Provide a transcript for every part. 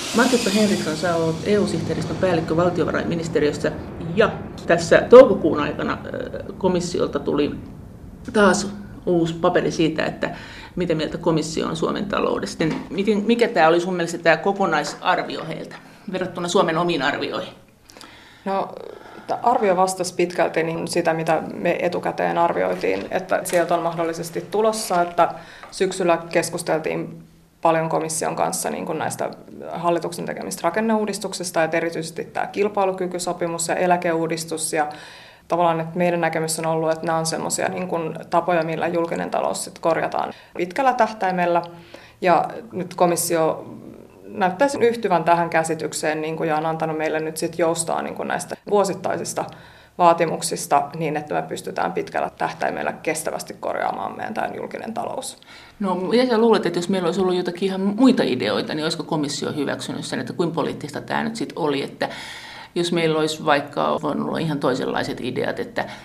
Marketta Henriksson, sä olet EU-sihteeristön päällikkö valtiovarainministeriössä ja tässä toukokuun aikana komissiolta tuli taas uusi paperi siitä, että mitä mieltä komissio on Suomen taloudesta. Mikä tämä oli sun mielestä tämä kokonaisarvio heiltä verrattuna Suomen omiin arvioihin? No, arvio vastasi pitkälti niin sitä, mitä me etukäteen arvioitiin, että sieltä on mahdollisesti tulossa, että syksyllä keskusteltiin paljon komission kanssa niin kuin näistä hallituksen tekemistä rakenneuudistuksista, että erityisesti tämä kilpailukykysopimus ja eläkeuudistus ja tavallaan, että meidän näkemys on ollut, että nämä on semmoisia niin kuin tapoja, millä julkinen talous sitten korjataan pitkällä tähtäimellä. Ja nyt komissio näyttäisi yhtyvän tähän käsitykseen niin kuin, ja on antanut meille nyt sit joustaa niin kuin näistä vuosittaisista vaatimuksista niin, että me pystytään pitkällä tähtäimellä kestävästi korjaamaan meidän tämän julkinen talous. No, mitä sä luulet, että jos meillä olisi ollut jotakin ihan muita ideoita, niin olisiko komissio hyväksynyt sen, että kuinka poliittista tämä nyt sitten oli, että jos meillä olisi vaikka voinut olla ihan toisenlaiset ideat,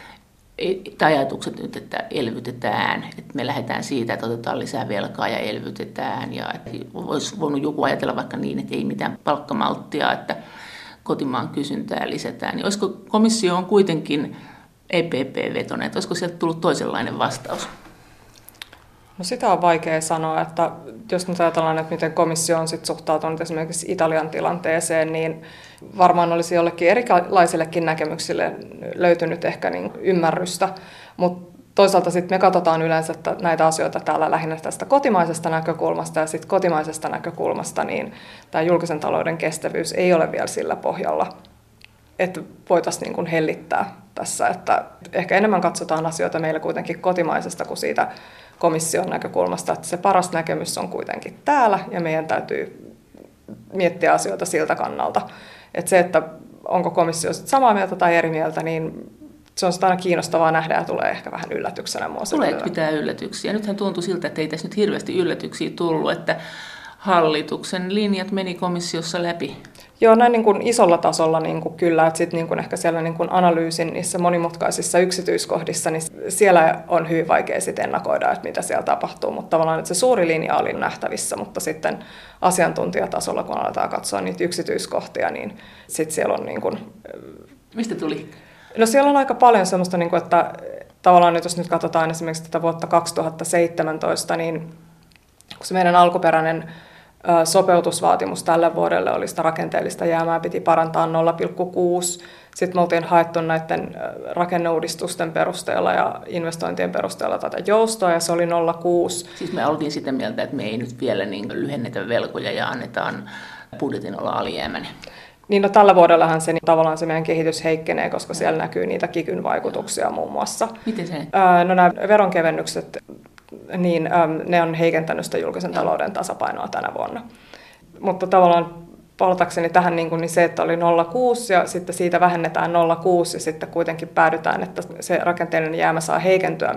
tai ajatukset nyt, että elvytetään, että me lähdetään siitä, että otetaan lisää velkaa ja elvytetään, ja että olisi voinut joku ajatella vaikka niin, että ei mitään palkkamalttia, että kotimaan kysyntää lisätään, niin olisiko komissio on kuitenkin EPP-vetoinen, että olisiko sieltä tullut toisenlainen vastaus? No sitä on vaikea sanoa, että jos nyt ajatellaan, että miten komissio on sit suhtautunut esimerkiksi Italian tilanteeseen, niin varmaan olisi jollekin erilaisillekin näkemyksille löytynyt ehkä niin ymmärrystä, mutta toisaalta sitten me katsotaan yleensä näitä asioita täällä lähinnä tästä kotimaisesta näkökulmasta, ja sitten kotimaisesta näkökulmasta niin tämä julkisen talouden kestävyys ei ole vielä sillä pohjalla, että voitaisiin niin kuin hellittää tässä, että ehkä enemmän katsotaan asioita meillä kuitenkin kotimaisesta kuin siitä komission näkökulmasta, että se paras näkemys on kuitenkin täällä, ja meidän täytyy miettiä asioita siltä kannalta. Että se, että onko komissio sit samaa mieltä tai eri mieltä, niin se on sitä aina kiinnostavaa nähdä ja tulee ehkä vähän yllätyksenä. Tulee pitää yllätyksiä. Nythän tuntui siltä, että ei tässä nyt hirveästi yllätyksiä tullut, että hallituksen linjat meni komissiossa läpi. Joo, näin niin kuin isolla tasolla niin kuin kyllä, että sitten niin kuin ehkä siellä niin kuin analyysin niissä monimutkaisissa yksityiskohdissa, niin siellä on hyvin vaikea sitten ennakoida, että mitä siellä tapahtuu, mutta tavallaan että se suuri linja oli nähtävissä, mutta sitten asiantuntijatasolla, kun aletaan katsoa niitä yksityiskohtia, niin sitten siellä on niin kuin... Mistä tuli? No siellä on aika paljon semmoista, niin kuin, että tavallaan nyt jos nyt katsotaan esimerkiksi tätä vuotta 2017, niin kun se meidän alkuperäinen sopeutusvaatimus tälle vuodelle oli sitä rakenteellista jäämää, piti parantaa 0,6. Sitten me oltiin haettu näiden rakenneuudistusten perusteella ja investointien perusteella tätä joustoa, ja se oli 0,6. Siis me oltiin sitä mieltä, että me ei nyt vielä niin lyhennetä velkoja ja annetaan budjetin olla alijäämäinen. Niin no, tällä vuodellahan se tavallaan se meidän kehitys heikkenee, koska siellä näkyy niitä kikyn vaikutuksia muun muassa. Miten se? No nämä veronkevennykset, niin ne on heikentänyt sitä julkisen talouden tasapainoa tänä vuonna. Mutta tavallaan palatakseni tähän niin se, että oli 0,6 ja sitten siitä vähennetään 0,6 ja sitten kuitenkin päädytään, että se rakenteellinen jäämä saa heikentyä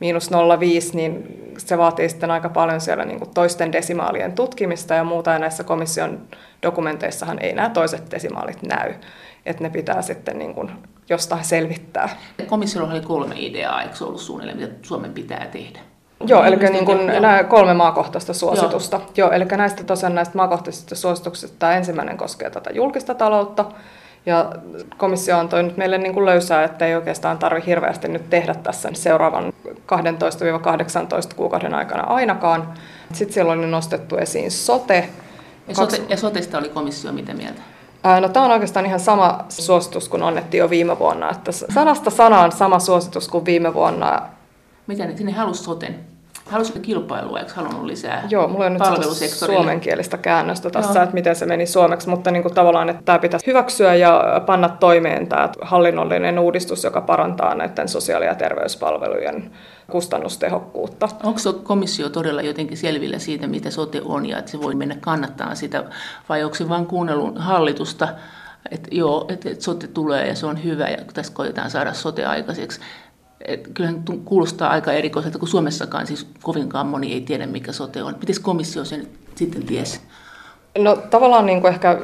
-0,5, niin se vaatii sitten aika paljon siellä niin kuin toisten desimaalien tutkimista ja muuta, ja näissä komission dokumenteissahan ei nämä toiset desimaalit näy, että ne pitää sitten niin kuin jostain selvittää. Komissiolla oli 3 ideaa, eikö se ollut suunnilleen, mitä Suomen pitää tehdä? Joo, eli niin kuin nämä 3 maakohtaista suositusta. Joo, eli näistä maakohtaisista suosituksista tämä ensimmäinen koskee tätä julkista taloutta. Ja komissio antoi nyt meille niin kuin löysää, että ei oikeastaan tarvitse hirveästi nyt tehdä tässä seuraavan 12-18 kuukauden aikana ainakaan. Sitten siellä oli nostettu esiin sote. Ja sotesta oli komissio mitä mieltä? No, tämä on oikeastaan ihan sama suositus kuin annettiin jo viime vuonna. Että sanasta sanaan sama suositus kuin viime vuonna. Mitä ne halusi soten? Halusiko kilpailua, eikö halunnut lisää? Joo, mulla on nyt suomenkielistä käännöstä tässä, että miten se meni suomeksi, mutta niin kuin tavallaan, että tämä pitäisi hyväksyä ja panna toimeen tämä hallinnollinen uudistus, joka parantaa näiden sosiaali- ja terveyspalvelujen kustannustehokkuutta. Onko komissio todella jotenkin selvillä siitä, mitä sote on ja että se voi mennä kannattaa sitä, vai onko se vain kuunnellut hallitusta, että joo, että sote tulee ja se on hyvä ja tässä koitetaan saada sote aikaiseksi? Kyllähän kuulostaa aika erikoiselta, kun Suomessakaan siis kovinkaan moni ei tiedä, mikä sote on. Miten komissio sen sitten tiesi? No tavallaan niin kuin ehkä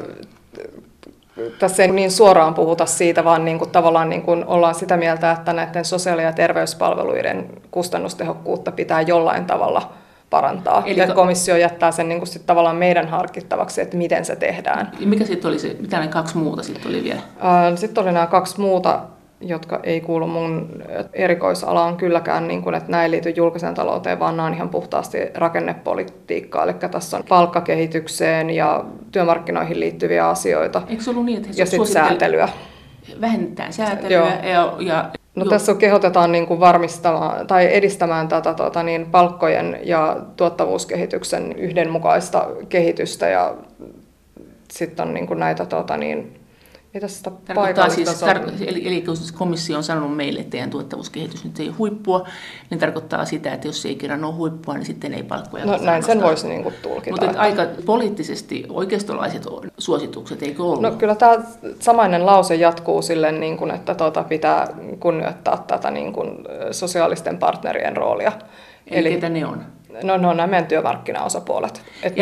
tässä ei niin suoraan puhuta siitä, vaan niin kuin tavallaan niin kuin ollaan sitä mieltä, että näiden sosiaali- ja terveyspalveluiden kustannustehokkuutta pitää jollain tavalla parantaa. Ja komissio jättää sen niin kuin sit tavallaan meidän harkittavaksi, että miten se tehdään. Ja mikä sitten oli se, mitä ne 2 muuta sitten oli vielä? Sitten oli nämä 2 muuta, jotka ei kuulu mun erikoisalaan kylläkään, niin kuin, että nämä ei liity julkiseen talouteen, vaan nämä on ihan puhtaasti rakennepolitiikkaa. Eli tässä on palkkakehitykseen ja työmarkkinoihin liittyviä asioita. Eikö se ollut niin, että ja sitten säätelyä. Vähennetään säätelyä No tässä kehotetaan niin kuin varmistamaan tai edistämään tätä palkkojen ja tuottavuuskehityksen yhdenmukaista kehitystä ja sitten on niin kuin näitä mitä sitä paikallista eli jos komissio on sanonut meille, että teidän tuottavuuskehitys nyt ei ole huippua, niin tarkoittaa sitä, että jos ei kerran ole huippua, niin sitten ei palkkoja. No näin sen voisi niin kuin tulkita. Mutta aika poliittisesti oikeistolaiset suositukset, eikö ollut? No kyllä tämä samainen lause jatkuu silleen, niin kuin, että pitää kunnioittaa tätä niin kuin sosiaalisten partnerien roolia. Eli ketä ne on? No ne on nämä meidän työmarkkinaosapuolet.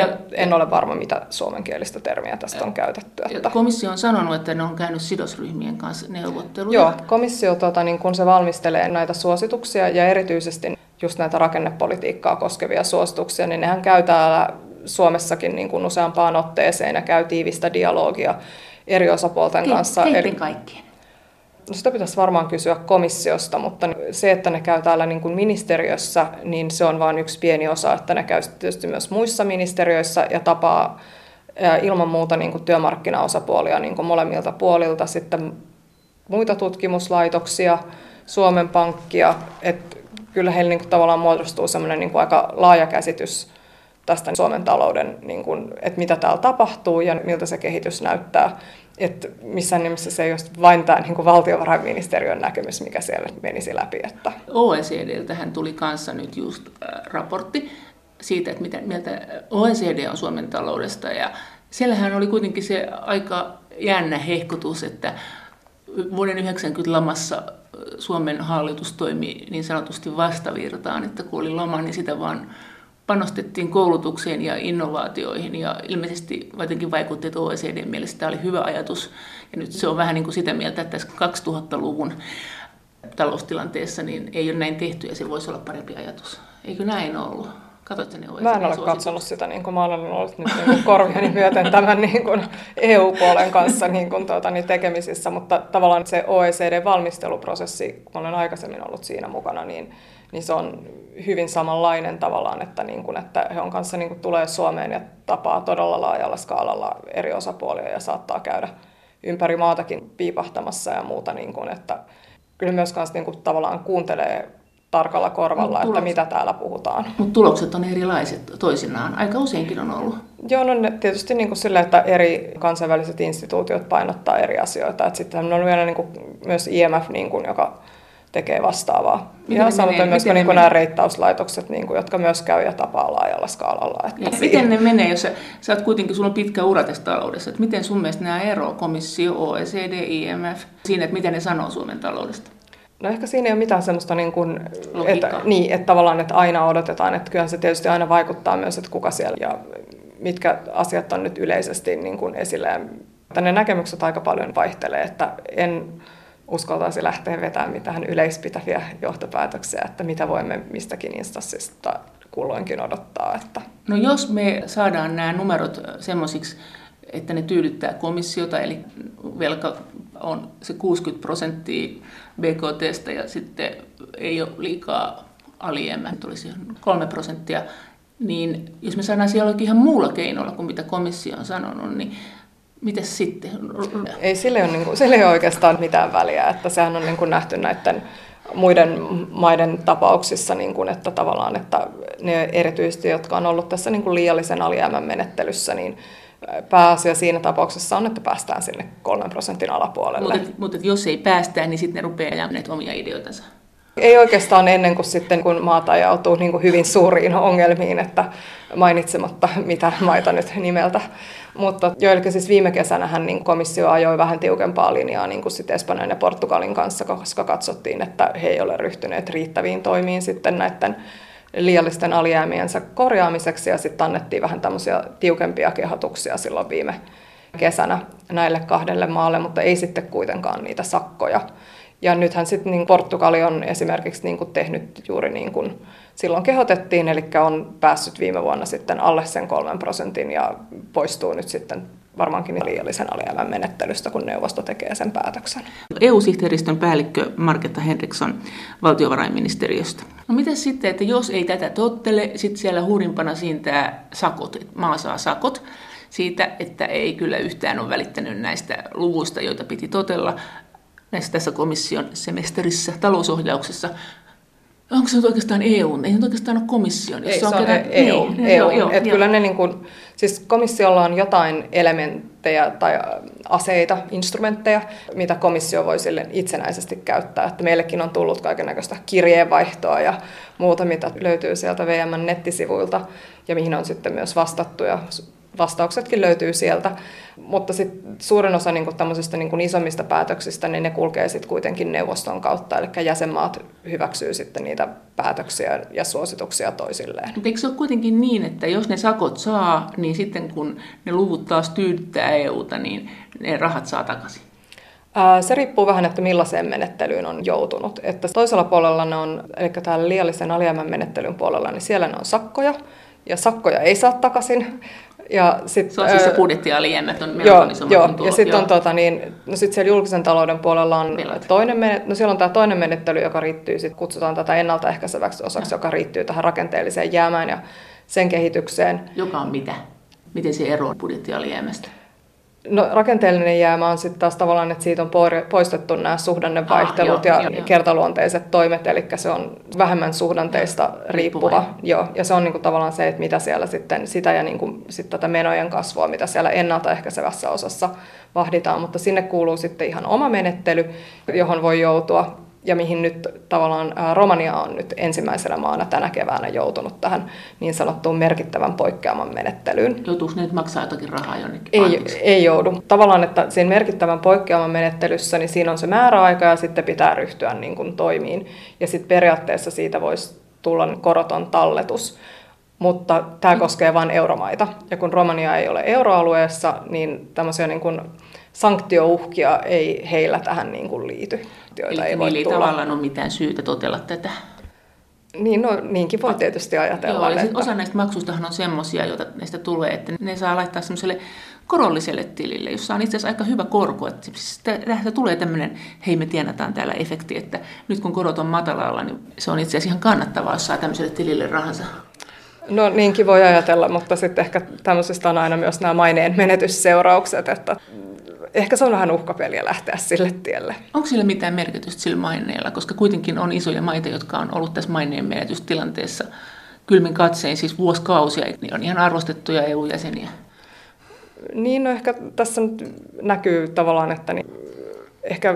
En ole varma, mitä suomenkielistä termiä tästä on käytetty. Että komissio on sanonut, että ne on käynyt sidosryhmien kanssa neuvotteluja. Joo, komissio kun se valmistelee näitä suosituksia ja erityisesti just näitä rakennepolitiikkaa koskevia suosituksia, niin nehän käy täällä Suomessakin niin kuin useampaan otteeseen ja käy tiivistä dialogia eri osapuolten kanssa. Keiden kaikkien? No sitä pitäisi varmaan kysyä komissiosta, mutta se, että ne käy täällä niin kuin ministeriössä, niin se on vain yksi pieni osa, että ne käy tietysti myös muissa ministeriöissä ja tapaa ilman muuta niin kuin työmarkkinaosapuolia niin kuin molemmilta puolilta, sitten muita tutkimuslaitoksia, Suomen Pankkia, että kyllä heillä niin kuin tavallaan muodostuu semmoinen niin kuin aika laaja käsitys tästä Suomen talouden, niin kuin, että mitä täällä tapahtuu ja miltä se kehitys näyttää. Että missään nimessä se ei ole vain tämä niin kuin valtiovarainministeriön näkemys, mikä siellä menisi läpi. Että. OECDltähän tuli kanssa nyt just raportti siitä, että mitä mieltä OECD on Suomen taloudesta. Ja siellähän oli kuitenkin se aika jännä hehkutus, että vuoden 90 lamassa Suomen hallitus toimi niin sanotusti vastavirtaan, että kun oli lama, niin sitä vaan panostettiin koulutukseen ja innovaatioihin ja ilmeisesti jotenkin vaikutti, että OECDn mielestä tämä oli hyvä ajatus. Ja nyt se on vähän niin kuin sitä mieltä, että tässä 2000-luvun taloustilanteessa niin ei ole näin tehty ja se voisi olla parempi ajatus. Eikö näin ollut? Katsoitko ne Mä en ole katsonut sitä, niin kuin mä olen ollut nyt niin korviani myöten tämän niin kuin EU-puolen kanssa niin kuin, tekemisissä, mutta tavallaan se OECD-valmisteluprosessi, kun olen aikaisemmin ollut siinä mukana, niin se on hyvin samanlainen tavallaan, että he on kanssa niin kuin tulee Suomeen ja tapaa todella laajalla skaalalla eri osapuolia ja saattaa käydä ympäri maatakin piipahtamassa ja muuta, niin kuin, että kyllä myös kanssa niin kuin tavallaan kuuntelee tarkalla korvalla, että mitä täällä puhutaan. Mutta tulokset on erilaiset toisinaan. Aika useinkin on ollut. Joo, no tietysti niin kuin sillä, että eri kansainväliset instituutiot painottaa eri asioita. Et sitten on vielä niin kuin myös IMF, niin kuin, joka tekee vastaavaa. Ja samoin myös niin kuin nämä reittauslaitokset, niin kuin, jotka myös käy ja tapaa laajalla skaalalla. Että miten ne menee, jos sä oot kuitenkin, sulla on pitkä ura tässä taloudessa, että miten sun mielestä nämä eroavat, komissio, OECD, IMF, siinä, että miten ne sanoo Suomen taloudesta? No ehkä siinä ei ole mitään semmoista, että tavallaan että aina odotetaan, että kyllähän se tietysti aina vaikuttaa myös, että kuka siellä ja mitkä asiat on nyt yleisesti niin kuin esillä. Ja ne näkemykset aika paljon vaihtelee, että en uskaltaisi lähteä vetämään mitään yleispitäviä johtopäätöksiä, että mitä voimme mistäkin instanssista kulloinkin odottaa. Että. No jos me saadaan nämä numerot semmoisiksi, että ne tyydyttää komissiota, eli velka on se 60% BKT:stä ja sitten ei ole liikaa alijäämää, tulisi 3%, niin jos me saadaan siellä jollakin ihan muulla keinolla kuin mitä komissio on sanonut, niin mitäs sitten? Ei sille ole oikeastaan mitään väliä, että sehän on niin kuin nähty näiden muiden maiden tapauksissa, niin kuin, että tavallaan, että ne erityisesti, jotka on ollut tässä niin kuin liiallisen alijäämän menettelyssä, niin pääasia siinä tapauksessa on, että päästään sinne 3% alapuolelle. Mutta jos ei päästä, niin sitten ne rupeaa jäämään omia ideoitansa. Ei oikeastaan ennen kuin sitten, kun maat ajautuu niin kuin hyvin suuriin ongelmiin, että mainitsematta mitä maita nyt nimeltä. Mutta eli siis viime kesänähän niin komissio ajoi vähän tiukempaa linjaa niin kuin sitten Espanjan ja Portugalin kanssa, koska katsottiin, että he ei ole ryhtyneet riittäviin toimiin sitten näiden liiallisten alijäämiensä korjaamiseksi ja sitten annettiin vähän tämmöisiä tiukempia kehotuksia silloin viime kesänä näille 2 maalle, mutta ei sitten kuitenkaan niitä sakkoja. Ja nythän sitten niin Portugali on esimerkiksi niin kuin tehnyt juuri niin kuin silloin kehotettiin, eli on päässyt viime vuonna sitten alle sen 3% ja poistuu nyt sitten varmaankin liiallisen alijäämän menettelystä, kun neuvosto tekee sen päätöksen. EU-sihteeristön päällikkö Marketta Henriksson valtiovarainministeriöstä. No miten sitten, että jos ei tätä tottele, sitten siellä hurimpana siintää sakot, että maa saa sakot siitä, että ei kyllä yhtään ole välittänyt näistä luvuista, joita piti totella tässä komission semesterissä talousohjauksessa. Onko se nyt oikeastaan EU? Ei se nyt oikeastaan ole komission. Ei, se on EU. Että kyllä ne niin kuin, siis komissiolla on jotain elementtejä tai aseita, instrumentteja, mitä komissio voi sille itsenäisesti käyttää. Että meillekin on tullut kaikennäköistä kirjeenvaihtoa ja muuta, mitä löytyy sieltä VM:n nettisivuilta ja mihin on sitten myös vastattu ja vastauksetkin löytyy sieltä, mutta sitten suurin osa niin kuin tämmöisistä niin kuin isommista päätöksistä, niin ne kulkee sitten kuitenkin neuvoston kautta, eli jäsenmaat hyväksyy sitten niitä päätöksiä ja suosituksia toisilleen. Mutta eikö se ole kuitenkin niin, että jos ne sakot saa, niin sitten kun ne luvut taas tyydyttää EUta, niin ne rahat saa takaisin? Se riippuu vähän, että millaiseen menettelyyn on joutunut. Että toisella puolella ne on, eli täällä liiallisen alijäämän menettelyn puolella, niin siellä ne on sakkoja, ja sakkoja ei saa takaisin. Ja se on siis se budjettialijäämät on melko iso tulo. Ja sitten on sit siellä julkisen talouden puolella on siellä on tämä toinen menettely, joka riittyy, kutsutaan tätä ennaltaehkäiseväksi osaksi, joka riittyy tähän rakenteelliseen jäämään ja sen kehitykseen. Joka on mitä? Miten se eroaa budjettialijäämästä? No rakenteellinen jäämä on sitten taas tavallaan, että siitä on poistettu nämä suhdannevaihtelut ja kertaluonteiset toimet, eli se on vähemmän suhdanteista riippuva. Joo, ja se on niinku tavallaan se, että mitä siellä sitten, sitä ja niinku sit tätä menojen kasvua, mitä siellä ennaltaehkäisevässä osassa vahditaan, mutta sinne kuuluu sitten ihan oma menettely, johon voi joutua. Ja mihin nyt tavallaan Romania on nyt ensimmäisenä maana tänä keväänä joutunut tähän niin sanottuun merkittävän poikkeaman menettelyyn. Joutuuko ne nyt maksaa jotakin rahaa jonnekin? Ei joudu. Tavallaan, että siinä merkittävän poikkeaman menettelyssä, niin siinä on se määräaika ja sitten pitää ryhtyä niin kuin toimiin. Ja sitten periaatteessa siitä voisi tulla koroton talletus. Mutta tämä koskee vain euromaita. Ja kun Romania ei ole euroalueessa, niin tämmöisiä niin kuin sanktiouhkia ei heillä tähän niin kuin liity. Eli ei tavallaan ole mitään syytä totella tätä. Niin, no niinkin voi tietysti ajatella. Joo, ja osa näistä maksuistahan on semmoisia, joita näistä tulee, että ne saa laittaa semmoiselle korolliselle tilille, jossa on itse asiassa aika hyvä korko. Että tästä tulee tämmöinen, hei me tienataan täällä efekti, että nyt kun korot on matalalla, niin se on itse asiassa ihan kannattavaa, jos saa tämmöiselle tilille rahansa. No niinkin voi ajatella, mutta sitten ehkä tämmöisestä on aina myös nämä maineen menetysseuraukset, että ehkä se on vähän uhkapeliä lähteä sille tielle. Onko sillä mitään merkitystä sillä maineella, koska kuitenkin on isoja maita, jotka on ollut tässä maineen menetystilanteessa kylmin katsein, siis vuosikausia, niin on ihan arvostettuja EU-jäseniä. Niin, no ehkä tässä nyt näkyy tavallaan, että ehkä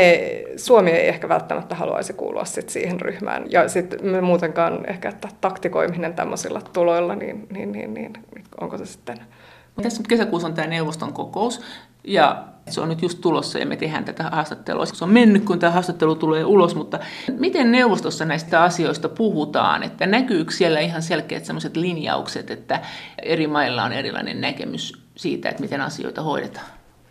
Suomi ei ehkä välttämättä haluaisi kuulua sit siihen ryhmään. Ja sitten me muutenkaan ehkä, että taktikoiminen tämmöisillä tuloilla, niin onko se sitten... Tässä nyt kesäkuussa on tämä neuvoston kokous, ja se on nyt just tulossa, ja me tehdään tätä haastattelua. Se on mennyt, kun tämä haastattelu tulee ulos, mutta miten neuvostossa näistä asioista puhutaan? Että näkyykö siellä ihan selkeät sellaiset linjaukset, että eri mailla on erilainen näkemys siitä, että miten asioita hoidetaan?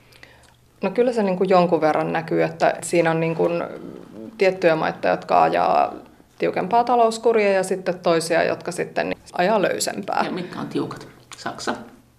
No kyllä se niin kuin jonkun verran näkyy, että siinä on niin kuin tiettyjä maita, jotka ajaa tiukempaa talouskuria ja sitten toisia, jotka sitten ajaa löysempää. Ja mitkä on tiukat? Saksa?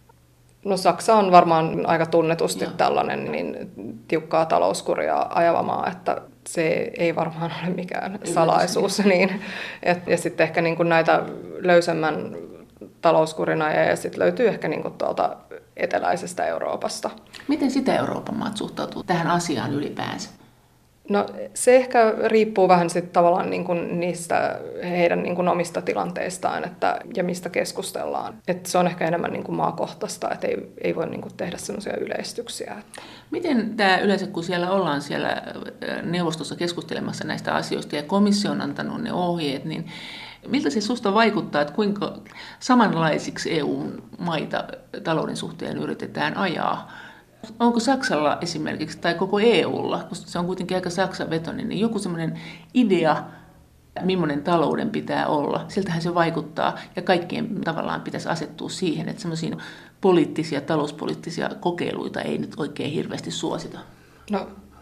No Saksa on varmaan aika tunnetusti tällainen niin tiukkaa talouskuria ajava maa, että se ei varmaan ole mikään salaisuus. Niin. Ja sitten ehkä niin kuin näitä löysemmän talouskurina ja sitten löytyy ehkä niin kuin tuolta eteläisestä Euroopasta. Miten sitä Euroopan maat suhtautuu tähän asiaan ylipäänsä? No se ehkä riippuu vähän sitten tavallaan niin kuin niistä heidän niin kuin omista tilanteistaan ja mistä keskustellaan. Et se on ehkä enemmän niin kuin maakohtaista, että ei voi niin kuin tehdä semmoisia yleistyksiä. Miten tämä yleensä, kun siellä ollaan siellä neuvostossa keskustelemassa näistä asioista ja komissio on antanut ne ohjeet, niin miltä se susta vaikuttaa, että kuinka samanlaisiksi EU-maita talouden suhteen yritetään ajaa? Onko Saksalla esimerkiksi, tai koko EUlla, koska se on kuitenkin aika Saksan-vetoinen, niin joku semmoinen idea, millainen talouden pitää olla, siltähän se vaikuttaa, ja kaikkien tavallaan pitäisi asettua siihen, että semmoisia poliittisia, talouspoliittisia kokeiluita ei nyt oikein hirveästi suosita. No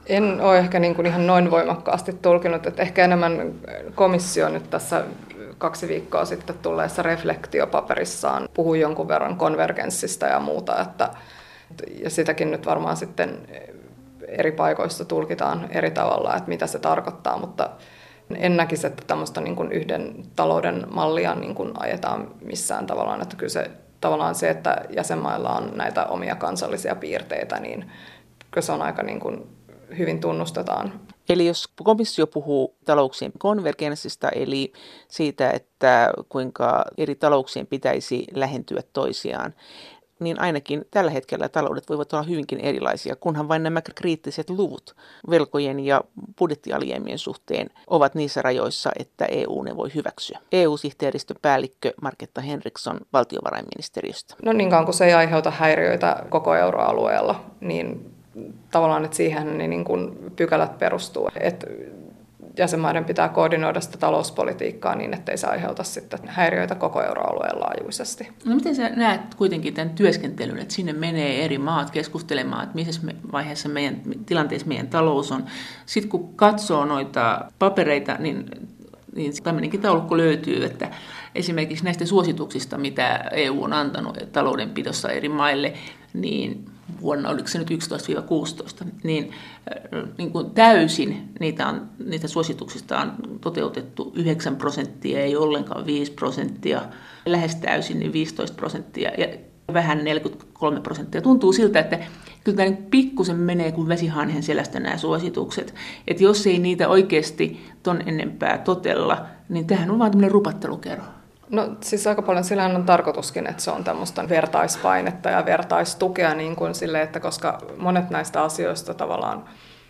En ole ehkä niin kuin ihan noin voimakkaasti tulkinut, että ehkä enemmän komissio nyt tässä 2 viikkoa sitten tulleessa reflektiopaperissaan puhuu jonkun verran konvergenssista ja muuta, ja sitäkin nyt varmaan sitten eri paikoissa tulkitaan eri tavalla, että mitä se tarkoittaa, mutta en näkisi, että tämmöistä niin kuin yhden talouden mallia niin kuin ajetaan missään tavallaan, että kyllä se tavallaan se, että jäsenmailla on näitä omia kansallisia piirteitä, niin kyllä se on aika niin kuin hyvin tunnustetaan. Eli jos komissio puhuu talouksien konvergenssista, eli siitä, että kuinka eri talouksien pitäisi lähentyä toisiaan, niin ainakin tällä hetkellä taloudet voivat olla hyvinkin erilaisia, kunhan vain nämä kriittiset luvut velkojen ja budjettialijäämien suhteen ovat niissä rajoissa, että EU ne voi hyväksyä. EU-sihteeristön päällikkö Marketta Henriksson valtiovarainministeriöstä. No niin kauan kun se ei aiheuta häiriöitä koko euroalueella, niin tavallaan, että siihen niin kuin pykälät perustuu, että jäsenmaiden pitää koordinoida sitä talouspolitiikkaa niin, ettei se aiheuta sitten häiriöitä koko euroalueen laajuisesti. No miten sä näet kuitenkin tämän työskentelyn, että sinne menee eri maat keskustelemaan, että missä vaiheessa meidän tilanteessa meidän talous on. Sitten kun katsoo noita papereita, niin tämmöinenkin taulukko löytyy, että esimerkiksi näistä suosituksista, mitä EU on antanut taloudenpidossa eri maille, niin vuonna, oliko se nyt 11-16, niin kuin täysin niitä suosituksista on toteutettu 9%, ei ollenkaan 5%, lähes täysin niin 15% ja vähän 43%. Tuntuu siltä, että kyllä tämä pikkusen menee kuin vesihanhen selästä nämä suositukset. Että jos ei niitä oikeasti ton enempää totella, niin tämähän on vaan tämmöinen rupattelukero. No siis aika paljon sillähän on tarkoituskin, että se on tämmöistä vertaispainetta ja vertaistukea niin kuin sille, että koska monet näistä asioista tavallaan,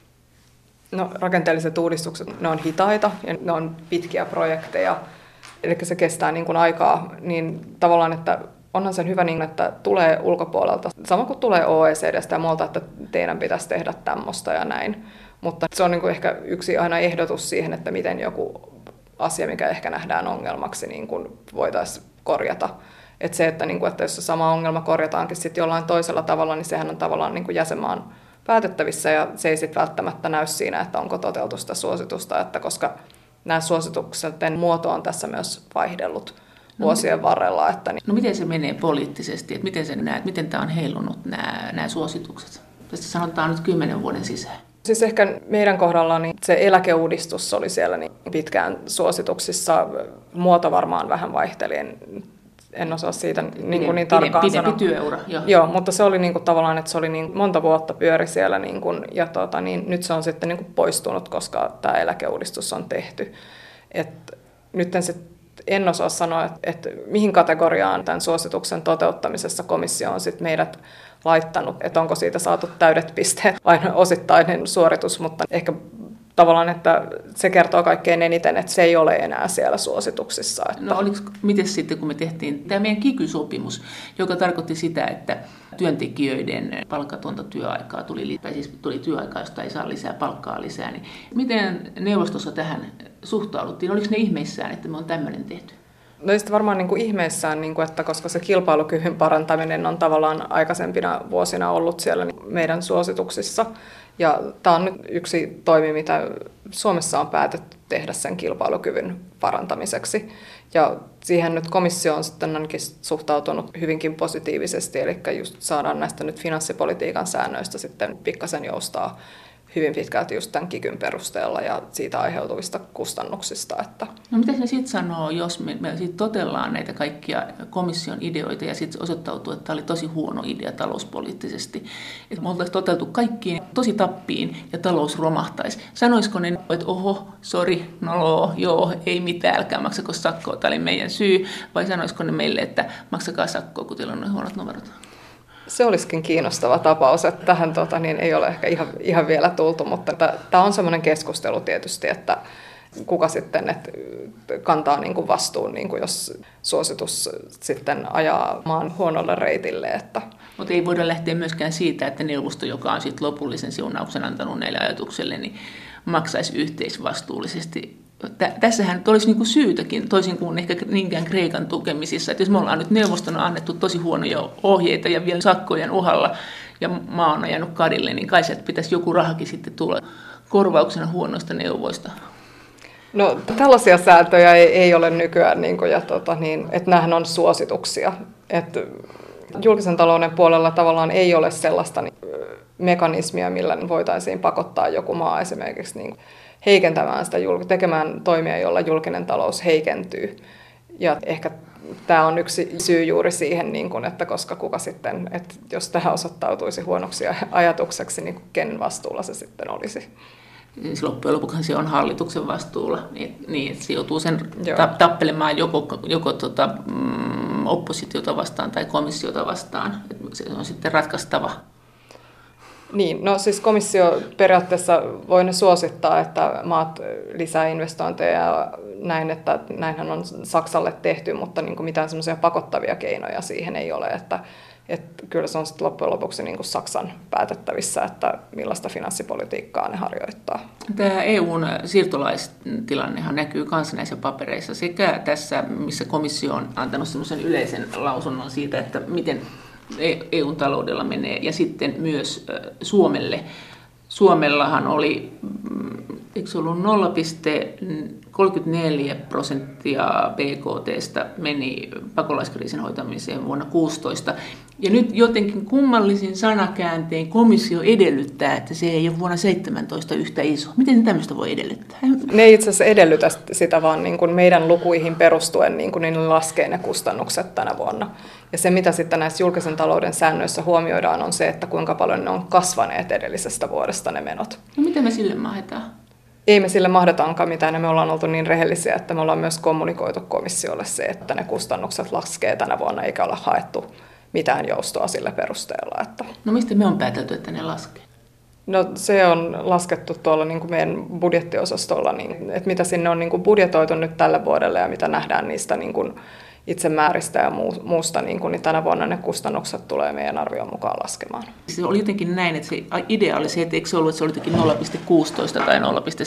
no rakenteelliset uudistukset, ne on hitaita ja ne on pitkiä projekteja, eli se kestää niin kuin aikaa, niin tavallaan, että onhan sen hyvä niin, että tulee ulkopuolelta, sama kuin tulee OECDstä ja muualta, että teidän pitäisi tehdä tämmöistä ja näin, mutta se on niin kuin ehkä yksi aina ehdotus siihen, että miten joku asia, mikä ehkä nähdään ongelmaksi, niin kuin voitaisiin korjata. Että se, että jos se sama ongelma korjataankin sitten jollain toisella tavalla, niin sehän on tavallaan niin kuin jäsenmaan päätettävissä, ja se ei sitten välttämättä näy siinä, että onko toteutu sitä suositusta, että koska nämä suosituksen muoto on tässä myös vaihdellut vuosien varrella. No miten se menee poliittisesti, että miten sä näet, miten tämä on heilunut nämä suositukset? Tästä sanotaan nyt 10 vuoden sisään. Siis ehkä meidän kohdalla niin se eläkeuudistus oli siellä niin pitkään suosituksissa. Muoto varmaan vähän vaihteli, en osaa siitä niin tarkkaan sanoa. Pidempi työura, joo. Joo, mutta se oli niin kuin, tavallaan, että se oli niin monta vuotta pyöri siellä ja nyt se on sitten niin kuin poistunut, koska tämä eläkeuudistus on tehty. Nyt en osaa sanoa, että mihin kategoriaan tämän suosituksen toteuttamisessa komissio on sitten meidät laittanut, että onko siitä saatu täydet pisteet, aina osittainen suoritus, mutta ehkä tavallaan, että se kertoo kaikkein eniten, että se ei ole enää siellä suosituksissa. No miten sitten, kun me tehtiin tämä meidän kiky-sopimus, joka tarkoitti sitä, että työntekijöiden palkatonta työaikaa tuli työaikaa, josta ei saa lisää, palkkaa lisää, niin miten neuvostossa tähän suhtauduttiin? Oliko ne ihmeissään, että me on tämmöinen tehty? No sitten varmaan niin kuin ihmeissään, että koska se kilpailukyvyn parantaminen on tavallaan aikaisempina vuosina ollut siellä meidän suosituksissa. Ja tämä on nyt yksi toimi, mitä Suomessa on päätetty tehdä sen kilpailukyvyn parantamiseksi. Ja siihen nyt komissio on sitten ainakin suhtautunut hyvinkin positiivisesti, eli just saadaan näistä nyt finanssipolitiikan säännöistä sitten pikkasen joustaa hyvin pitkälti just tämän kikyn perusteella ja siitä aiheutuvista kustannuksista. No mitä se sitten sanoo, jos me sitten totellaan näitä kaikkia komission ideoita ja sitten osoittautuu, että tämä oli tosi huono idea talouspoliittisesti. Että me oltaisiin toteltu kaikkiin tosi tappiin ja talous romahtaisi. Sanoisiko ne, että oho, sori, no joo, ei mitään, älkää maksako sakkoa, tämä oli meidän syy. Vai sanoisiko ne meille, että maksakaa sakkoa, kun teillä on noin huonot numerot? Se olisikin kiinnostava tapaus, että tähän ei ole ehkä ihan vielä tultu, mutta tämä on semmoinen keskustelu tietysti, että kuka sitten kantaa niin kuin vastuun, niin kuin jos suositus sitten ajaa maan huonolle reitille. Mutta ei voida lähteä myöskään siitä, että neuvosto, joka on sitten lopullisen siunauksen antanut näille ajatukselle, niin maksaisi yhteisvastuullisesti. Tässähän olisi niinku syytäkin, toisin kuin ehkä niinkään Kreikan tukemisissa, että jos me ollaan nyt neuvostona annettu tosi huonoja ohjeita ja vielä sakkojen uhalla ja maa on ajanut kadille, niin kai sieltä pitäisi joku rahakin sitten tulla korvauksena huonoista neuvoista. No tällaisia sääntöjä ei ole nykyään, että nämähän on suosituksia. Että julkisen talouden puolella tavallaan ei ole sellaista mekanismia, millä voitaisiin pakottaa joku maa esimerkiksi heikentämään sitä, tekemään toimia, jolla julkinen talous heikentyy. Ja ehkä tämä on yksi syy juuri siihen, että koska että jos tähän osoittautuisi huonoksi ajatukseksi, niin kenen vastuulla se sitten olisi. Siis loppujen lopuksi se on hallituksen vastuulla, niin että se joutuu sen tappelemaan joko oppositiota vastaan tai komissiota vastaan. Se on sitten ratkaistava. Niin, no siis komissio periaatteessa voi ne suosittaa, että maat lisää investointeja ja näin, että näinhän on Saksalle tehty, mutta mitään semmoisia pakottavia keinoja siihen ei ole, että kyllä se on sitten loppujen lopuksi Saksan päätettävissä, että millaista finanssipolitiikkaa ne harjoittaa. Tämä EUn siirtolaistilannehan näkyy myös näissä papereissa sekä tässä, missä komissio on antanut semmoisen yleisen lausunnon siitä, että miten EUn taloudella menee, ja sitten myös Suomelle. Suomellahan oli, eikö se ollut 0,34% BKT:stä meni pakolaiskriisin hoitamiseen vuonna 2016. Ja nyt jotenkin kummallisin sanakääntein komissio edellyttää, että se ei ole vuonna 2017 yhtä iso. Miten tämmöistä voi edellyttää? Ne itse asiassa edellytä sitä vaan meidän lukuihin perustuen, niin laskee ne kustannukset tänä vuonna. Ja se, mitä sitten näissä julkisen talouden säännöissä huomioidaan, on se, että kuinka paljon ne on kasvaneet edellisestä vuodesta ne menot. No miten me sille mahdetaan? Ei me sille mahdetaankaan mitään, ja me ollaan oltu niin rehellisiä, että me ollaan myös kommunikoitu komissiolle se, että ne kustannukset laskee tänä vuonna, eikä olla haettu mitään joustoa sille perusteella. No mistä me on päätelty, että ne laskee? No se on laskettu tuolla meidän budjettiosastolla, että mitä sinne on budjetoitu nyt tälle vuodelle ja mitä nähdään niistä itsemääristä ja muusta, niin tänä vuonna ne kustannukset tulee meidän arvion mukaan laskemaan. Se oli jotenkin näin, että se idea oli se, että eikö se ollut, että se oli jotenkin 0,16 tai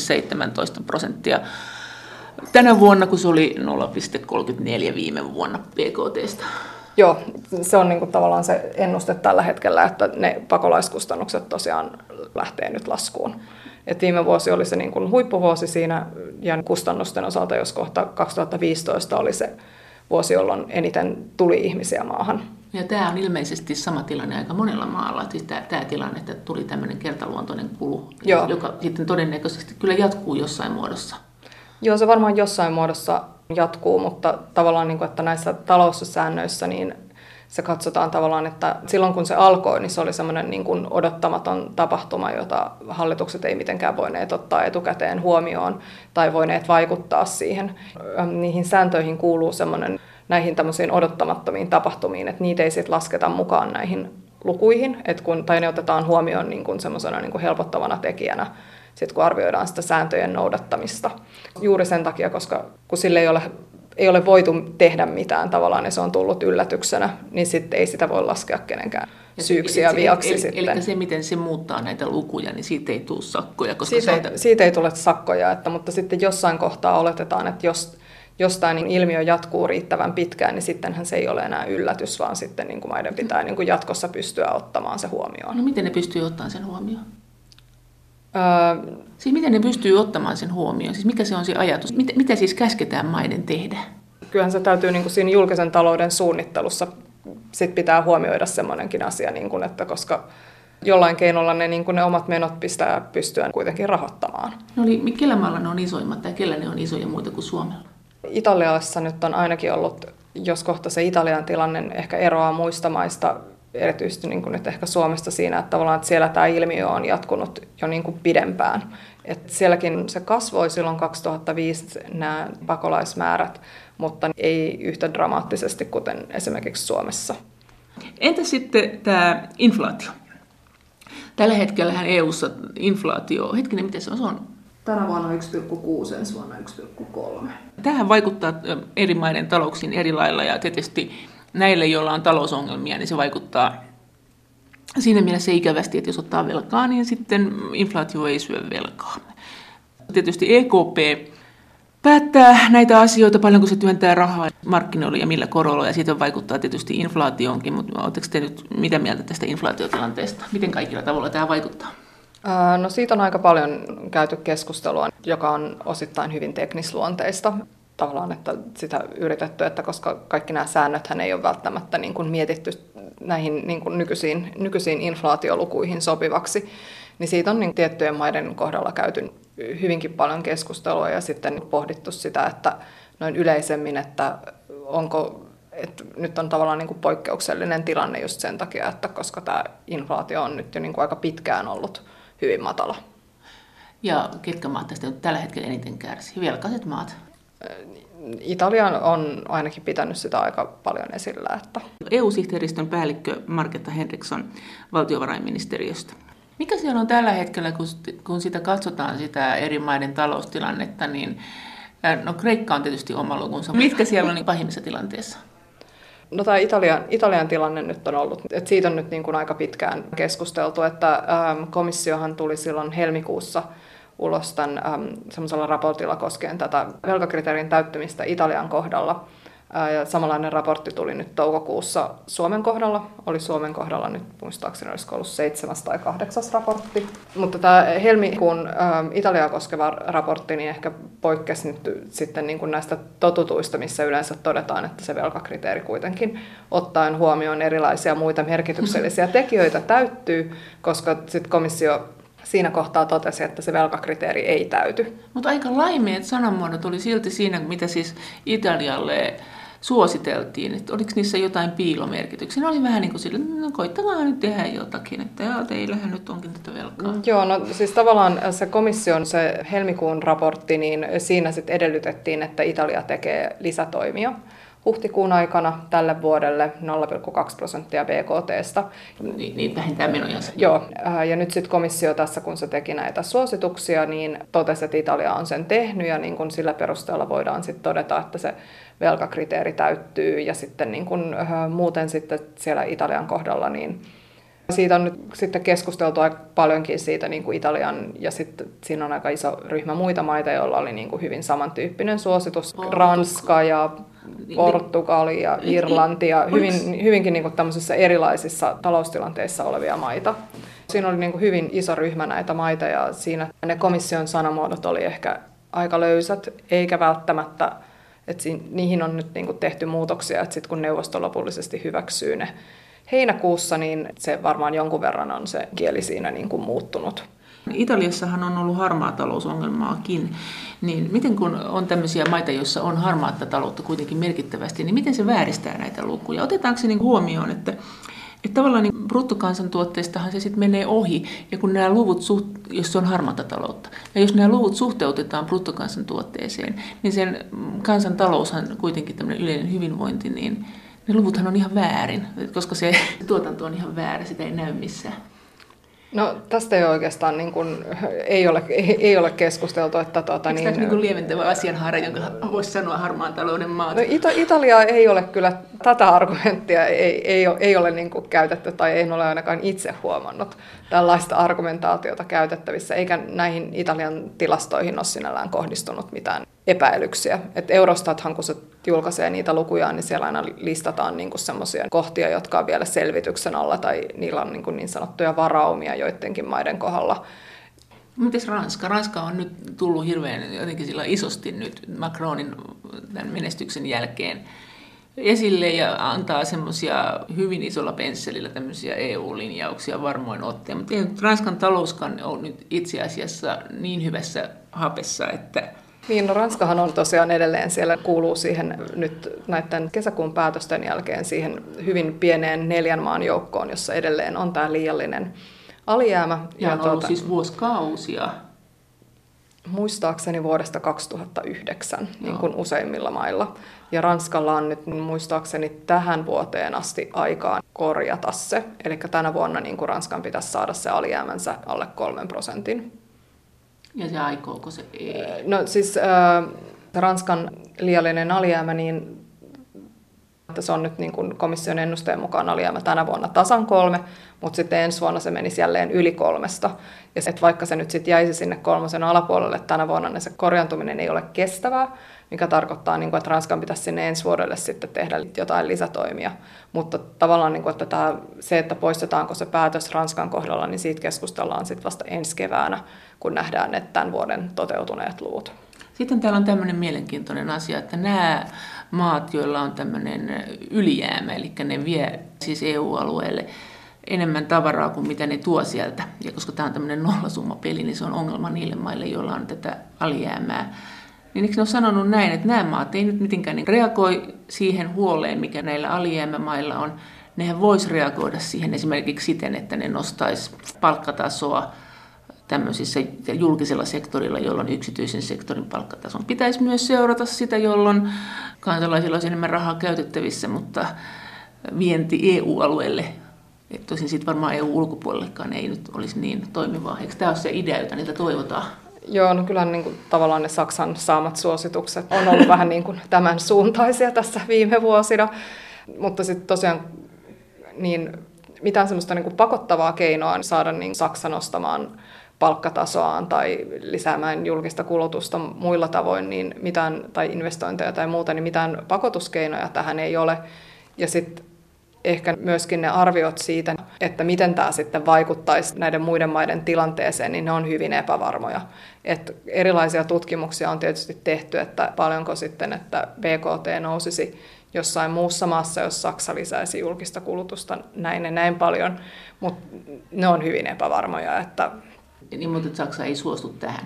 0,17% tänä vuonna, kun se oli 0,34 viime vuonna BKT:stä. Joo, se on tavallaan se ennuste tällä hetkellä, että ne pakolaiskustannukset tosiaan lähtee nyt laskuun. Et viime vuosi oli se huippuvuosi siinä, ja kustannusten osalta, jos kohta 2015 oli se vuosi, jolloin eniten tuli ihmisiä maahan. Ja tämä on ilmeisesti sama tilanne aika monella maalla, siis tämä tilanne, että tuli tämmöinen kertaluontoinen kulu, joka sitten todennäköisesti kyllä jatkuu jossain muodossa. Joo, se varmaan jossain muodossa jatkuu, mutta tavallaan, että näissä taloussäännöissä niin se katsotaan tavallaan, että silloin kun se alkoi, niin se oli semmoinen odottamaton tapahtuma, jota hallitukset ei mitenkään voineet ottaa etukäteen huomioon tai voineet vaikuttaa siihen. Niihin sääntöihin kuuluu semmoinen näihin tämmöisiin odottamattomiin tapahtumiin, että niitä ei sitten lasketa mukaan näihin lukuihin, tai ne otetaan huomioon semmoisena helpottavana tekijänä, sit kun arvioidaan sitä sääntöjen noudattamista. Juuri sen takia, koska kun sille ei ole voitu tehdä mitään tavallaan, ja se on tullut yllätyksenä, niin sitten ei sitä voi laskea kenenkään syyksi ja viaksi sitten. Eli se, miten se muuttaa näitä lukuja, niin siitä ei tule sakkoja? Koska siitä ei tule sakkoja, mutta sitten jossain kohtaa oletetaan, että jos tämä ilmiö jatkuu riittävän pitkään, niin sittenhän se ei ole enää yllätys, vaan sitten maiden pitää jatkossa pystyä ottamaan se huomioon. No miten ne pystyy ottamaan sen huomioon? Siis miten ne pystyy ottamaan sen huomioon? Siis mikä se on se ajatus? Mitä siis käsketään maiden tehdä? Kyllähän se täytyy siinä julkisen talouden suunnittelussa sit pitää huomioida semmoinenkin asia, että koska jollain keinolla ne omat menot pistää pystyä kuitenkin rahoittamaan. No eli kellä maalla ne on isoimmat tai kellä ne on isoja muita kuin Suomella? Italiassa nyt on ainakin ollut, jos kohta se Italian tilanne ehkä eroaa muista maista, erityisesti nyt ehkä Suomesta siinä, että tavallaan että siellä tämä ilmiö on jatkunut jo pidempään. Että sielläkin se kasvoi silloin 2005 nämä pakolaismäärät, mutta ei yhtä dramaattisesti kuten esimerkiksi Suomessa. Entä sitten tämä inflaatio? Tällä hetkellähän EU:ssa inflaatio, miten se on? Tänä vuonna 1,6, ensi vuonna 1,3. Tähän vaikuttaa eri maiden talouksiin eri lailla, ja tietysti näille, joilla on talousongelmia, niin se vaikuttaa siinä mielessä ikävästi, että jos ottaa velkaa, niin sitten inflaatio ei syö velkaa. Tietysti EKP päättää näitä asioita, paljonko se työntää rahaa markkinoille ja millä korolla, ja siitä vaikuttaa tietysti inflaatioonkin, mutta oletteko te nyt mitä mieltä tästä inflaatiotilanteesta? Miten kaikilla tavalla tämä vaikuttaa? No siitä on aika paljon käyty keskustelua, joka on osittain hyvin teknisluonteista. Tavallaan, että sitä yritetty, että koska kaikki nämä säännöthän ei ole välttämättä niin kuin mietitty näihin niin kuin nykyisiin inflaatiolukuihin sopivaksi, niin siitä on niin tiettyjen maiden kohdalla käyty hyvinkin paljon keskustelua ja sitten pohdittu sitä, että noin yleisemmin, että nyt on tavallaan niin kuin poikkeuksellinen tilanne just sen takia, että koska tämä inflaatio on nyt jo niin kuin aika pitkään ollut hyvin matala. Ja ketkä maat tästä nyt tällä hetkellä eniten kärsii? Velkaiset maat? Italia on ainakin pitänyt sitä aika paljon esillä. Että EU-sihteeristön päällikkö Margrethe Henriksson valtiovarainministeriöstä. Mikä siellä on tällä hetkellä, kun sitä katsotaan sitä eri maiden taloustilannetta, niin no Kreikka on tietysti oma lukunsa. Mitkä siellä on niin pahimmissa tilanteessa? No tämä Italian tilanne nyt on ollut, että siitä on nyt niin kuin aika pitkään keskusteltu, että komissiohan tuli silloin helmikuussa ulos tämän semmoisella raportilla koskien tätä velkakriteerin täyttymistä Italian kohdalla. Ja samanlainen raportti tuli nyt toukokuussa Suomen kohdalla. Oli Suomen kohdalla nyt muistaakseni olisiko ollut 7. tai 8. raportti. Mutta tämä helmikuun Italiaa koskeva raportti niin ehkä poikkesi nyt sitten niin kuin näistä totutuista, missä yleensä todetaan, että se velkakriteeri kuitenkin ottaen huomioon erilaisia muita merkityksellisiä tekijöitä täyttyy, koska sitten komissio siinä kohtaa totesi, että se velkakriteeri ei täyty. Mutta aika laimeet sanamuodot oli silti siinä, mitä siis Italialle suositeltiin, että oliko niissä jotain piilomerkityksiä. Ne oli vähän niin kuin sille, no koittakaa nyt tehdä jotakin, että joo, teillähän nyt onkin tätä velkaa. Joo, no siis tavallaan se komission se helmikuun raportti, niin siinä sitten edellytettiin, että Italia tekee lisätoimia huhtikuun aikana tälle vuodelle 0,2% BKT:sta. Niin vähentää menojansa. Joo, ja nyt sitten komissio tässä, kun se teki näitä suosituksia, niin totesi, että Italia on sen tehnyt, ja niin kun sillä perusteella voidaan sitten todeta, että se velkakriteeri täyttyy, ja sitten niin kun, muuten sitten siellä Italian kohdalla, niin siitä on nyt sitten keskusteltu aika paljonkin siitä niin kuin Italian, ja sitten siinä on aika iso ryhmä muita maita, joilla oli niin kuin hyvin samantyyppinen suositus. Ranska ja Portugali ja Irlanti ja hyvinkin niin kuin tämmöisissä erilaisissa taloustilanteissa olevia maita. Siinä oli niin kuin hyvin iso ryhmä näitä maita, ja siinä ne komission sanamuodot oli ehkä aika löysät, eikä välttämättä, että niihin on nyt niin kuin tehty muutoksia, että sitten kun neuvosto lopullisesti hyväksyy ne heinäkuussa, niin se varmaan jonkun verran on se kieli siinä niin kuin muuttunut. Italiassahan on ollut harmaa talousongelmaakin, niin miten kun on tämmöisiä maita, joissa on harmaata taloutta kuitenkin merkittävästi, niin miten se vääristää näitä lukuja? Otetaanko se niin huomioon, että tavallaan niin bruttokansantuotteestahan se sitten menee ohi, ja kun nämä luvut, jos se on harmaata taloutta, ja jos nämä luvut suhteutetaan bruttokansantuotteeseen, niin sen kansantaloushan kuitenkin tämmöinen yleinen hyvinvointi, niin ne luvuthan on ihan väärin, koska se tuotanto on ihan väärä, sitä ei näy missään. No tästä ei oikeastaan niin kuin, ei ole keskusteltu. Että, Eikö tämä niin lieventävä asianhaara, jonka voisi sanoa harmaan talouden maat? No, Italia ei ole kyllä, tätä argumenttia ei ole niin kuin käytetty, tai en ole ainakaan itse huomannut tällaista argumentaatiota käytettävissä, eikä näihin Italian tilastoihin ole sinällään kohdistunut mitään epäilyksiä. Et Eurostathan, kun se julkaisee niitä lukuja, niin siellä aina listataan niin semmoisia kohtia, jotka on vielä selvityksen alla, tai niillä on niin sanottuja varaumia joidenkin maiden kohdalla. Mites Ranska? Ranska on nyt tullut hirveän jotenkin sillä isosti nyt Macronin tämän menestyksen jälkeen esille ja antaa semmoisia hyvin isolla pensselillä tämmöisiä EU-linjauksia varmoin otteen. Mutta ei nyt Ranskan talouskaan ole nyt itse asiassa niin hyvässä hapessa, että niin, no Ranskahan on tosiaan edelleen siellä, kuuluu siihen nyt näiden kesäkuun päätösten jälkeen siihen hyvin pieneen 4 maan joukkoon, jossa edelleen on tämä liiallinen alijäämä. Ja on ollut siis vuosikausia. Muistaakseni vuodesta 2009, niin kuin useimmilla mailla. Ja Ranskalla on nyt muistaakseni tähän vuoteen asti aikaan korjata se. Eli tänä vuonna niin kuin Ranskan pitäisi saada se alijäämänsä alle 3%. Ja se aikooko se ei? No siis Ranskan liiallinen alijäämä, niin Se on nyt niin kuin komission ennusteen mukaan alijäämä tänä vuonna tasan 3, mutta sitten ensi vuonna se menisi jälleen yli 3. Ja vaikka se nyt sitten jäisi sinne 3 alapuolelle tänä vuonna, niin se korjaantuminen ei ole kestävää, mikä tarkoittaa, että Ranskan pitäisi sinne ensi vuodelle sitten tehdä jotain lisätoimia. Mutta tavallaan, että se, että poistetaanko se päätös Ranskan kohdalla, niin siitä keskustellaan sitten vasta ensi keväänä, kun nähdään ne tämän vuoden toteutuneet luvut. Sitten täällä on tämmöinen mielenkiintoinen asia, että nämä maat, joilla on tämmöinen ylijäämä, eli ne vie siis EU-alueelle enemmän tavaraa kuin mitä ne tuo sieltä. Ja koska tämä on tämmöinen nollasummapeli, niin se on ongelma niille maille, joilla on tätä alijäämää. Niin eikö ne ole sanonut näin, että nämä maat ei nyt mitenkään reagoi siihen huoleen, mikä näillä alijäämämailla on. Nehän voisi reagoida siihen esimerkiksi siten, että ne nostaisi palkkatasoa tämmöisissä julkisella sektorilla, jolloin yksityisen sektorin palkkatason pitäisi myös seurata sitä, jolloin kansalaisilla olisi enemmän rahaa käytettävissä, mutta vienti EU-alueelle, tosin sitten varmaan EU-ulkopuolellekaan ei nyt olisi niin toimivaa. Eikö tämä ole se idea, jota niitä toivotaan? Joo, no kyllä niin kuin, tavallaan ne Saksan saamat suositukset on ollut vähän niin kuin tämän suuntaisia tässä viime vuosina, mutta sitten tosiaan niin mitään semmoista niin kuin pakottavaa keinoa saada niin Saksa nostamaan palkkatasoaan tai lisäämään julkista kulutusta muilla tavoin, niin mitään, tai investointeja tai muuta, niin mitään pakotuskeinoja tähän ei ole. Ja sitten ehkä myöskin ne arviot siitä, että miten tämä sitten vaikuttaisi näiden muiden maiden tilanteeseen, niin ne on hyvin epävarmoja. Et erilaisia tutkimuksia on tietysti tehty, että paljonko sitten, että BKT nousisi jossain muussa maassa, jos Saksa lisäisi julkista kulutusta näin ja näin paljon, mutta ne on hyvin epävarmoja. Niin, mutta Saksa ei suostu tähän.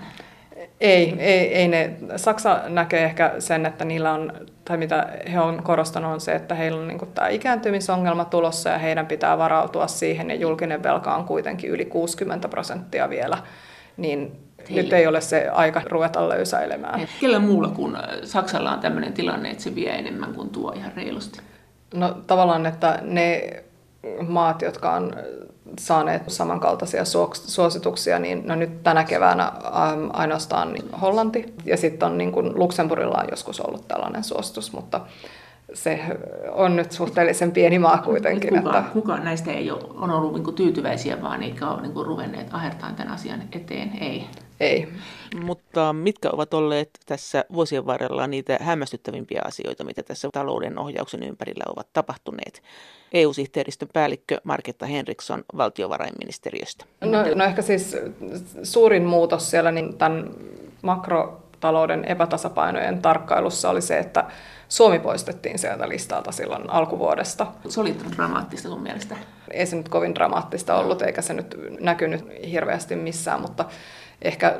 Ei ne. Saksa näkee ehkä sen, että niillä on, tai mitä he on korostanut, on se, että heillä on niin kuin tämä ikääntymisongelma tulossa ja heidän pitää varautua siihen, ja julkinen velka on kuitenkin yli 60% vielä, niin nyt ei ole se aika ruveta löysäilemään. Kellä muulla kuin Saksalla on tämmöinen tilanne, että se vie enemmän kuin tuo ihan reilusti? No tavallaan, että ne maat, jotka on saaneet samankaltaisia suosituksia, niin no nyt tänä keväänä ainoastaan Hollanti, ja sitten on niin kuin Luxemburgilla on joskus ollut tällainen suositus, mutta se on nyt suhteellisen pieni maa kuitenkin. Kukaan näistä ei ole, on ollut niin kuin tyytyväisiä, vaan eikä ole niin kuin ruvenneet ahertaan tämän asian eteen? Ei. Mutta mitkä ovat olleet tässä vuosien varrella niitä hämmästyttävimpiä asioita, mitä tässä talouden ohjauksen ympärillä ovat tapahtuneet? EU-sihteeristön päällikkö Marketta Henriksson valtiovarainministeriöstä. No ehkä siis suurin muutos siellä niin tämän makrotalouden epätasapainojen tarkkailussa oli se, että Suomi poistettiin sieltä listalta silloin alkuvuodesta. Se oli dramaattista sun mielestä? Ei se nyt kovin dramaattista ollut, eikä se nyt näkynyt hirveästi missään, mutta ehkä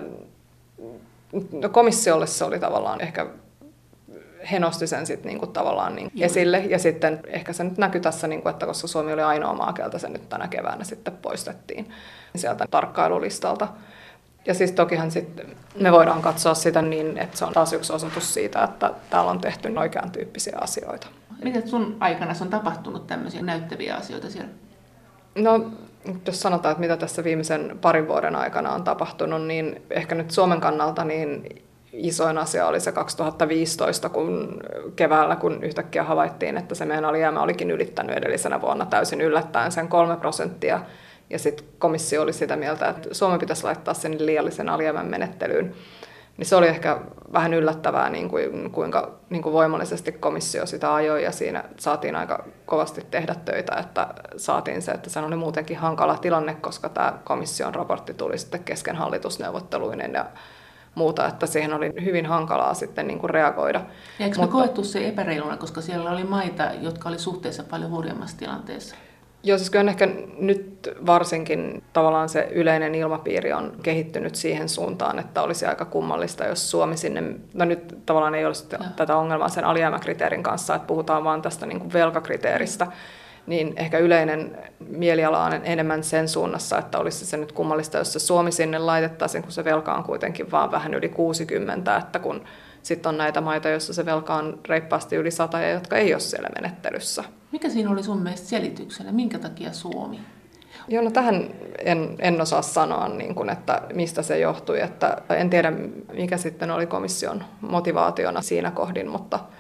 komissiolle se oli tavallaan ehkä, he nosti sen sitten niinku tavallaan niin esille, ja sitten ehkä se nyt näkyi tässä, niinku, että koska Suomi oli ainoa maa, keltä se nyt tänä keväänä sitten poistettiin sieltä tarkkailulistalta. Ja siis tokihan sitten me voidaan katsoa sitä niin, että se on taas yksi osoitus siitä, että täällä on tehty oikean tyyppisiä asioita. Mitä sun aikana on tapahtunut tämmöisiä näyttäviä asioita siellä? No, jos sanotaan, että mitä tässä viimeisen parin vuoden aikana on tapahtunut, niin ehkä nyt Suomen kannalta niin isoin asia oli se 2015 keväällä, kun yhtäkkiä havaittiin, että se meidän alijäämä olikin ylittänyt edellisenä vuonna täysin yllättäen sen 3%. Ja sitten komissio oli sitä mieltä, että Suomi pitäisi laittaa sen liiallisen alijäämän menettelyyn. Niin se oli ehkä vähän yllättävää, kuinka voimallisesti komissio sitä ajoi, ja siinä saatiin aika kovasti tehdä töitä, että saatiin se, että se oli muutenkin hankala tilanne, koska tämä komission raportti tuli sitten kesken hallitusneuvotteluinen ja muuta, että siihen oli hyvin hankalaa sitten reagoida. Ja eikö me koettu se epäreiluna, koska siellä oli maita, jotka oli suhteessa paljon hurjemmassa tilanteessa? Joo, siis kyllä ehkä nyt varsinkin tavallaan se yleinen ilmapiiri on kehittynyt siihen suuntaan, että olisi aika kummallista, jos Suomi sinne, no nyt tavallaan ei olisi tätä ongelmaa sen alijäämäkriteerin kanssa, että puhutaan vaan tästä niin kuin velkakriteeristä, niin ehkä yleinen mieliala on enemmän sen suunnassa, että olisi se nyt kummallista, jos se Suomi sinne laitettaisiin, kun se velka on kuitenkin vaan vähän yli 60, että kun sitten on näitä maita, joissa se velka on reippaasti yli 100 ja jotka ei ole siellä menettelyssä. Mikä siinä oli sun mielestä selityksenä? Minkä takia Suomi? Joo, no tähän en osaa sanoa, että mistä se johtui. Että en tiedä, mikä sitten oli komission motivaationa siinä kohdin, mutta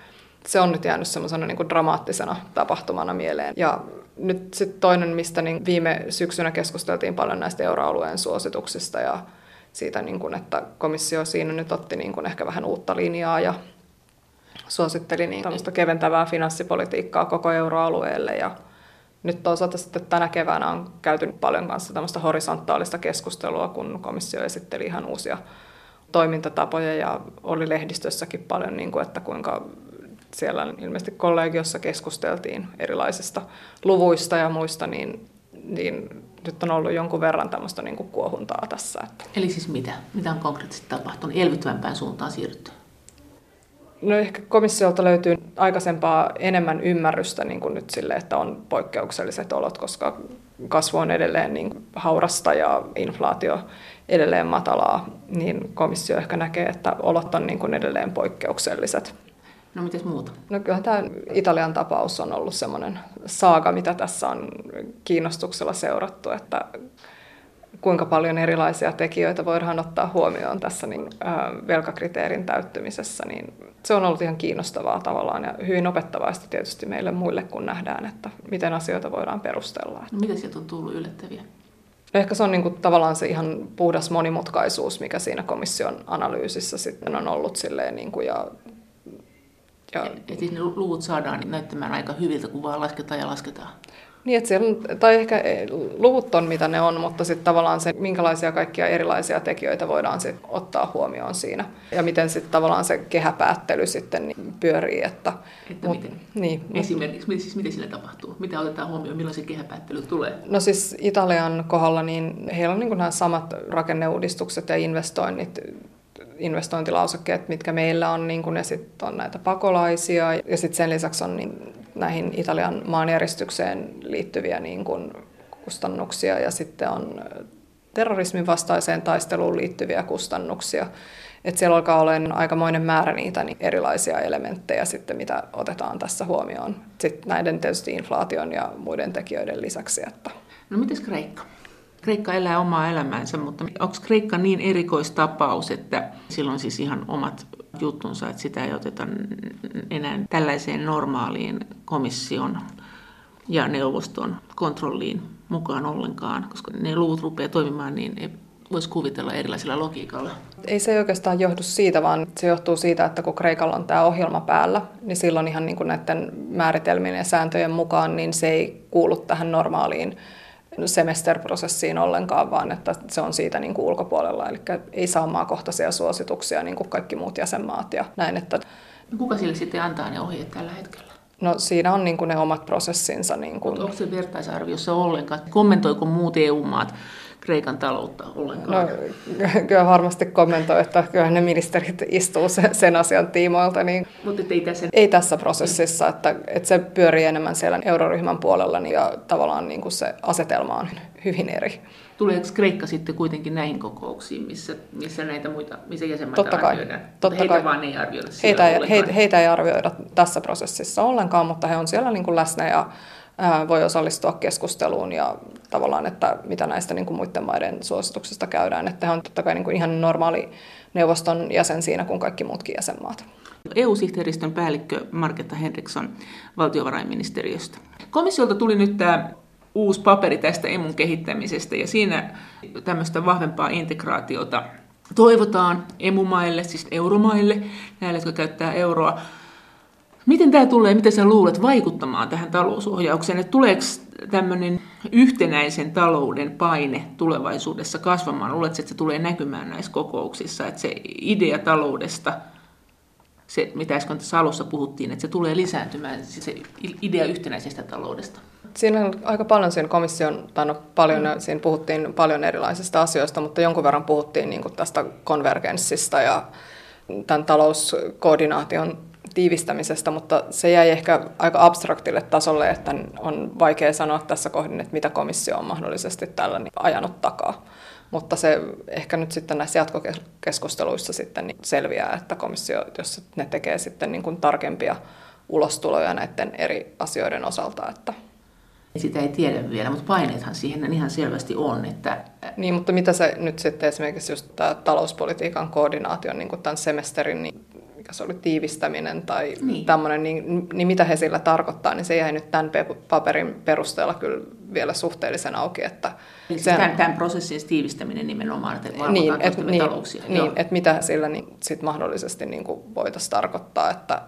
se on nyt jäänyt semmoisena niin kuin dramaattisena tapahtumana mieleen. Ja nyt sitten toinen, mistä niin viime syksynä keskusteltiin paljon näistä euroalueen suosituksista ja siitä, niin kuin, että komissio siinä nyt otti niin kuin ehkä vähän uutta linjaa ja suositteli niin tämmöistä keventävää finanssipolitiikkaa koko euroalueelle. Ja nyt toisaalta sitten tänä keväänä on käyty paljon kanssa tämmöistä horisontaalista keskustelua, kun komissio esitteli ihan uusia toimintatapoja ja oli lehdistössäkin paljon, niin kuin, että kuinka siellä ilmeisesti kollegiossa keskusteltiin erilaisista luvuista ja muista, niin nyt on ollut jonkun verran tämmöistä niin kuin kuohuntaa tässä. Eli siis mitä? Mitä on konkreettisesti tapahtunut? Elvyttävämpään suuntaan siirrytty? No ehkä komissiolta löytyy aikaisempaa enemmän ymmärrystä niin kuin nyt sille, että on poikkeukselliset olot, koska kasvu on edelleen niin haurasta ja inflaatio edelleen matalaa, niin komissio ehkä näkee, että olot on niin kuin edelleen poikkeukselliset. No mites muuta? No kyllähän tämä Italian tapaus on ollut semmoinen saaga, mitä tässä on kiinnostuksella seurattu, että kuinka paljon erilaisia tekijöitä voidaan ottaa huomioon tässä niin, velkakriteerin täyttymisessä, niin se on ollut ihan kiinnostavaa tavallaan ja hyvin opettavaista tietysti meille muille, kun nähdään, että miten asioita voidaan perustella. No mitä sieltä on tullut yllättäviä? Ehkä se on niin kuin, tavallaan se ihan puhdas monimutkaisuus, mikä siinä komission analyysissä sitten on ollut silleen niin kuin, Että ne luvut saadaan näyttämään aika hyviltä, kun vaan lasketaan ja lasketaan. Niin, että siellä, tai ehkä luvut on mitä ne on, mutta sitten tavallaan se, minkälaisia kaikkia erilaisia tekijöitä voidaan sitten ottaa huomioon siinä. Ja miten sitten tavallaan se kehäpäättely sitten pyörii. Että miten? Niin. Esimerkiksi miten sillä tapahtuu? Mitä otetaan huomioon, milloin se kehäpäättely tulee? No siis Italian kohdalla, niin heillä on niin kuin nämä samat rakenneuudistukset ja investointilausekkeet, mitkä meillä on, niin kun, ja sitten on näitä pakolaisia, ja sitten sen lisäksi on niin, näihin Italian maanjäristykseen liittyviä niin kun, kustannuksia, ja sitten on terrorismin vastaiseen taisteluun liittyviä kustannuksia. Et siellä alkaa olemaan aikamoinen määrä niitä niin erilaisia elementtejä, sitten, mitä otetaan tässä huomioon. Sitten näiden tietysti inflaation ja muiden tekijöiden lisäksi. Että. No mites Kreikka? Kreikka elää omaa elämäänsä, mutta onko Kreikka niin erikoistapaus, että sillä on siis ihan omat juttunsa, että sitä ei oteta enää tällaiseen normaaliin komission ja neuvoston kontrolliin mukaan ollenkaan, koska ne luvut rupeaa toimimaan, niin ei voisi kuvitella erilaisella logiikalla. Ei se oikeastaan johdu siitä, vaan se johtuu siitä, että kun Kreikalla on tämä ohjelma päällä, niin silloin ihan niin kuin näiden määritelmien ja sääntöjen mukaan, niin se ei kuulu tähän normaaliin semesterprosessiin ollenkaan, vaan että se on siitä niin kuin ulkopuolella. Eli ei saa maakohtaisia suosituksia niin kuin kaikki muut jäsenmaat ja näin. Että no kuka sille sitten antaa ne ohjeet tällä hetkellä? No siinä on niin kuin ne omat prosessinsa. Niin kuin. Onko se vertaisarviossa ollenkaan? Kommentoiko muut EU-maat Kreikan taloutta ollenkaan? No, kyllä varmasti kommentoi, että kyllä ne ministerit istuu sen asian tiimoilta. Niin mutta ei tässä prosessissa, että se pyörii enemmän siellä euroryhmän puolella ja tavallaan niin kuin se asetelma on hyvin eri. Tuleeko Kreikka sitten kuitenkin näihin kokouksiin, missä näitä muita, missä jäsenmaita arvioidaan? Totta kai. Vaan ei arvioida heitä ei arvioida tässä prosessissa ollenkaan, mutta he on siellä niin kuin läsnä ja voi osallistua keskusteluun ja tavallaan, että mitä näistä niin kuin muiden maiden suosituksista käydään. Että he on totta kai niin kuin ihan normaali neuvoston jäsen siinä kuin kaikki muutkin jäsenmaat. EU-sihteeristön päällikkö Marketta Henriksson valtiovarainministeriöstä. Komissiolta tuli nyt tämä uusi paperi tästä emun kehittämisestä ja siinä tämmöistä vahvempaa integraatiota toivotaan emumaille, siis euromaille, näille, jotka käyttää euroa. Miten tämä tulee, miten sä luulet vaikuttamaan tähän talousohjaukseen? Että tuleeko tämmöinen yhtenäisen talouden paine tulevaisuudessa kasvamaan? Luuletko, että se tulee näkymään näissä kokouksissa? Että se idea taloudesta, se mitä äsken tässä alussa puhuttiin, että se tulee lisääntymään, se idea yhtenäisestä taloudesta? Siinä on aika paljon siinä komission, siinä puhuttiin paljon erilaisista asioista, mutta jonkun verran puhuttiin niin kuin tästä konvergenssista ja tämän talouskoordinaation tiivistämisestä, mutta se jäi ehkä aika abstraktille tasolle, että on vaikea sanoa tässä kohdin, että mitä komissio on mahdollisesti tällä ajanut takaa. Mutta se ehkä nyt sitten näissä jatkokeskusteluissa sitten selviää, että komissio, jos ne tekee sitten niin kuin tarkempia ulostuloja näiden eri asioiden osalta. Että sitä ei tiedä vielä, mutta paineethan siihen ihan selvästi on. Että niin, mutta mitä se nyt sitten esimerkiksi just tämä talouspolitiikan koordinaation niin kuin tämän semesterin niin mikä se oli, tiivistäminen tai tämmöinen, niin mitä he sillä tarkoittaa, niin se jäi nyt tämän paperin perusteella kyllä vielä suhteellisen auki. Että tämän prosessin tiivistäminen nimenomaan, että valvotaan talouksia. Niin, että mitä sillä sit mahdollisesti voitaisiin tarkoittaa, että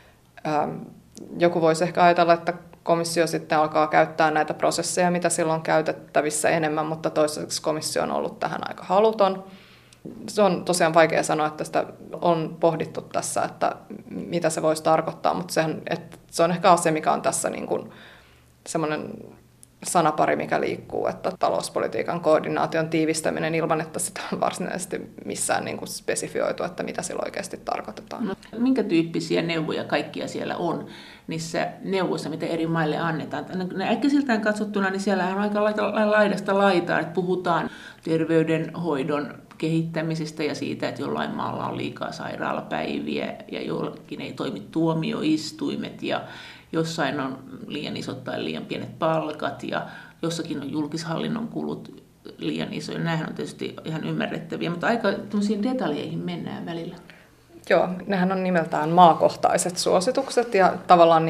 joku voisi ehkä ajatella, että komissio sitten alkaa käyttää näitä prosesseja, mitä silloin on käytettävissä enemmän, mutta toistaiseksi komissio on ollut tähän aika haluton. Se on tosiaan vaikea sanoa, että sitä on pohdittu tässä, että mitä se voisi tarkoittaa, mutta se on ehkä asia, mikä on tässä semmoinen sanapari, mikä liikkuu, että talouspolitiikan koordinaation tiivistäminen ilman, että sitä on varsinaisesti missään spesifioitu, että mitä sillä oikeasti tarkoitetaan. No, minkä tyyppisiä neuvoja kaikkia siellä on niissä neuvoissa, mitä eri maille annetaan? Äkkisiltään katsottuna, niin siellä on aika laidasta laitaan, että puhutaan terveydenhoidon kehittämisestä ja siitä, että jollain maalla on liikaa sairaalapäiviä ja jollakin ei toimi tuomioistuimet ja jossain on liian isot tai liian pienet palkat ja jossakin on julkishallinnon kulut liian isoja. Nämähän on tietysti ihan ymmärrettäviä, mutta aika tämmöisiin detaljeihin mennään välillä. Joo, nehän on nimeltään maakohtaiset suositukset ja tavallaan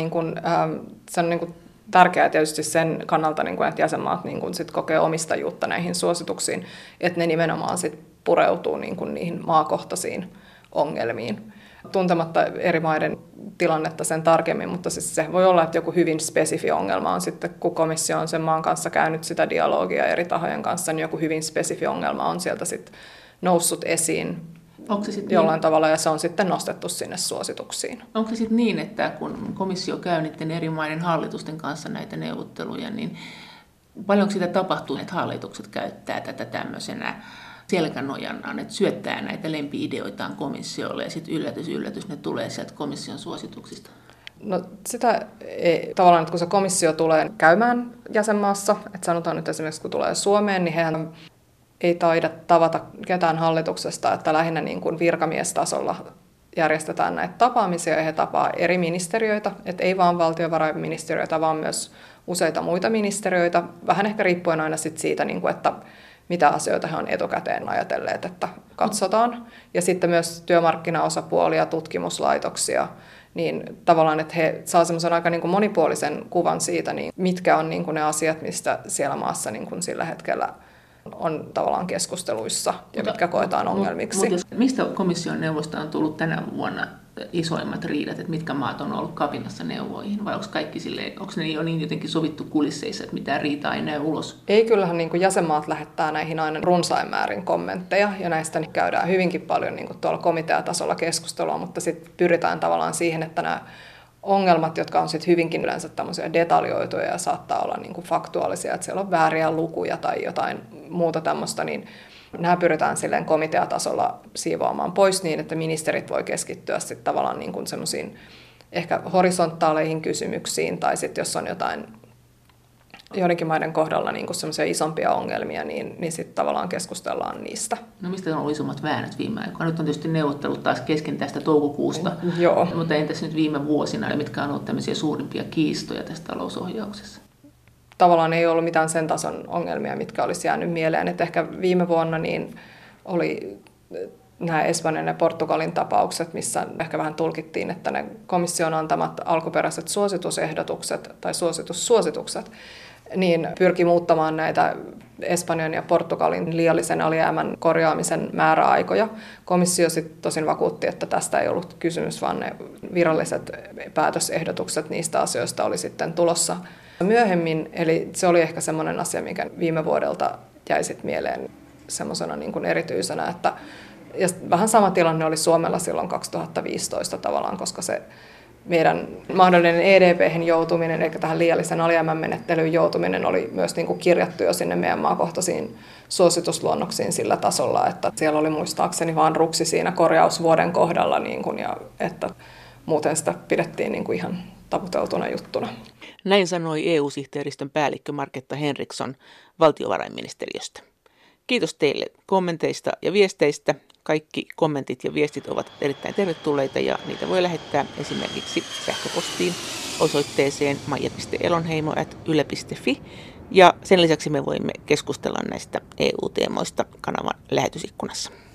se on tärkeää tietysti sen kannalta, että jäsenmaat sit kokee omistajuutta näihin suosituksiin, että ne nimenomaan sit pureutuu niihin maakohtaisiin ongelmiin. Tuntematta eri maiden tilannetta sen tarkemmin, mutta siis se voi olla, että joku hyvin spesifi ongelma on sitten, kun komissio on sen maan kanssa käynyt sitä dialogia eri tahojen kanssa, niin joku hyvin spesifi ongelma on sieltä sitten noussut esiin jollain tavalla, ja se on sitten nostettu sinne suosituksiin. Onko se sitten niin, että kun komissio käy niiden eri maiden hallitusten kanssa näitä neuvotteluja, niin paljonko sitä tapahtuu, että hallitukset käyttää tätä tämmöisenä selkänojana, että syöttää näitä lempi-ideoitaan komissiolle ja sitten yllätys, ne tulee sieltä komission suosituksista? No sitä ei, tavallaan, että kun se komissio tulee käymään jäsenmaassa, että sanotaan nyt esimerkiksi kun tulee Suomeen, niin hehän ei taida tavata ketään hallituksesta, että lähinnä virkamiestasolla järjestetään näitä tapaamisia ja he tapaa eri ministeriöitä, että ei vaan valtiovarainministeriöitä, vaan myös useita muita ministeriöitä, vähän ehkä riippuen aina siitä, että mitä asioita he on etukäteen ajatelleet, että katsotaan. Ja sitten myös työmarkkinaosapuolia, tutkimuslaitoksia, niin tavallaan, että he saa semmoisen aika monipuolisen kuvan siitä, niin mitkä on ne asiat, mistä siellä maassa sillä hetkellä on tavallaan keskusteluissa ja mitkä koetaan ongelmiksi. Mistä komission neuvosta on tullut tänä vuonna isoimmat riidat, että mitkä maat on ollut kapinassa neuvoihin, vai onko ne jo niin jotenkin sovittu kulisseissa, että mitään riitaa ei näy ulos? Ei, kyllähän jäsenmaat lähettää näihin aina runsain määrin kommentteja, ja näistä käydään hyvinkin paljon tuolla komiteatasolla keskustelua, mutta sitten pyritään tavallaan siihen, että nämä ongelmat, jotka on sitten hyvinkin yleensä tämmöisiä detaljoituja ja saattaa olla faktuaalisia, että siellä on vääriä lukuja tai jotain muuta tämmöistä, niin nämä pyritään silleen komiteatasolla siivoamaan pois niin, että ministerit voi keskittyä sitten tavallaan semmoisiin ehkä horisontaaleihin kysymyksiin, tai sitten jos on joidenkin maiden kohdalla semmoisia isompia ongelmia, niin sitten tavallaan keskustellaan niistä. No mistä on ollut isommat väännöt viime aikoina? Nyt on tietysti neuvottelut taas kesken tästä toukokuusta, Joo. Mutta entäs nyt viime vuosina, mitkä on ollut tämmöisiä suurimpia kiistoja tässä talousohjauksessa? Tavallaan ei ollut mitään sen tason ongelmia, mitkä olisi jäänyt mieleen. Että ehkä viime vuonna niin oli nämä Espanjan ja Portugalin tapaukset, missä ehkä vähän tulkittiin, että ne komission antamat alkuperäiset suositusehdotukset tai suositukset niin pyrki muuttamaan näitä Espanjan ja Portugalin liiallisen alijäämän korjaamisen määräaikoja. Komissio sitten tosin vakuutti, että tästä ei ollut kysymys, vaan ne viralliset päätösehdotukset niistä asioista oli sitten tulossa myöhemmin. Eli se oli ehkä semmoinen asia, mikä viime vuodelta jäi sitten mieleen semmoisena erityisenä, että ja vähän sama tilanne oli Suomella silloin 2015 tavallaan, koska se meidän mahdollinen EDP:hen joutuminen, eli tähän liiallisen alijäämän menettelyyn joutuminen, oli myös kirjattu jo sinne meidän maakohtaisiin suositusluonnoksiin sillä tasolla, että siellä oli muistaakseni vaan ruksi siinä korjausvuoden kohdalla, ja että muuten sitä pidettiin ihan taputeltuna juttuna. Näin sanoi EU-sihteeristön päällikkö Marketta Henriksson valtiovarainministeriöstä. Kiitos teille kommenteista ja viesteistä. Kaikki kommentit ja viestit ovat erittäin tervetulleita ja niitä voi lähettää esimerkiksi sähköpostiin osoitteeseen maija.elonheimo@yle.fi. Ja sen lisäksi me voimme keskustella näistä EU-teemoista kanavan lähetysikkunassa.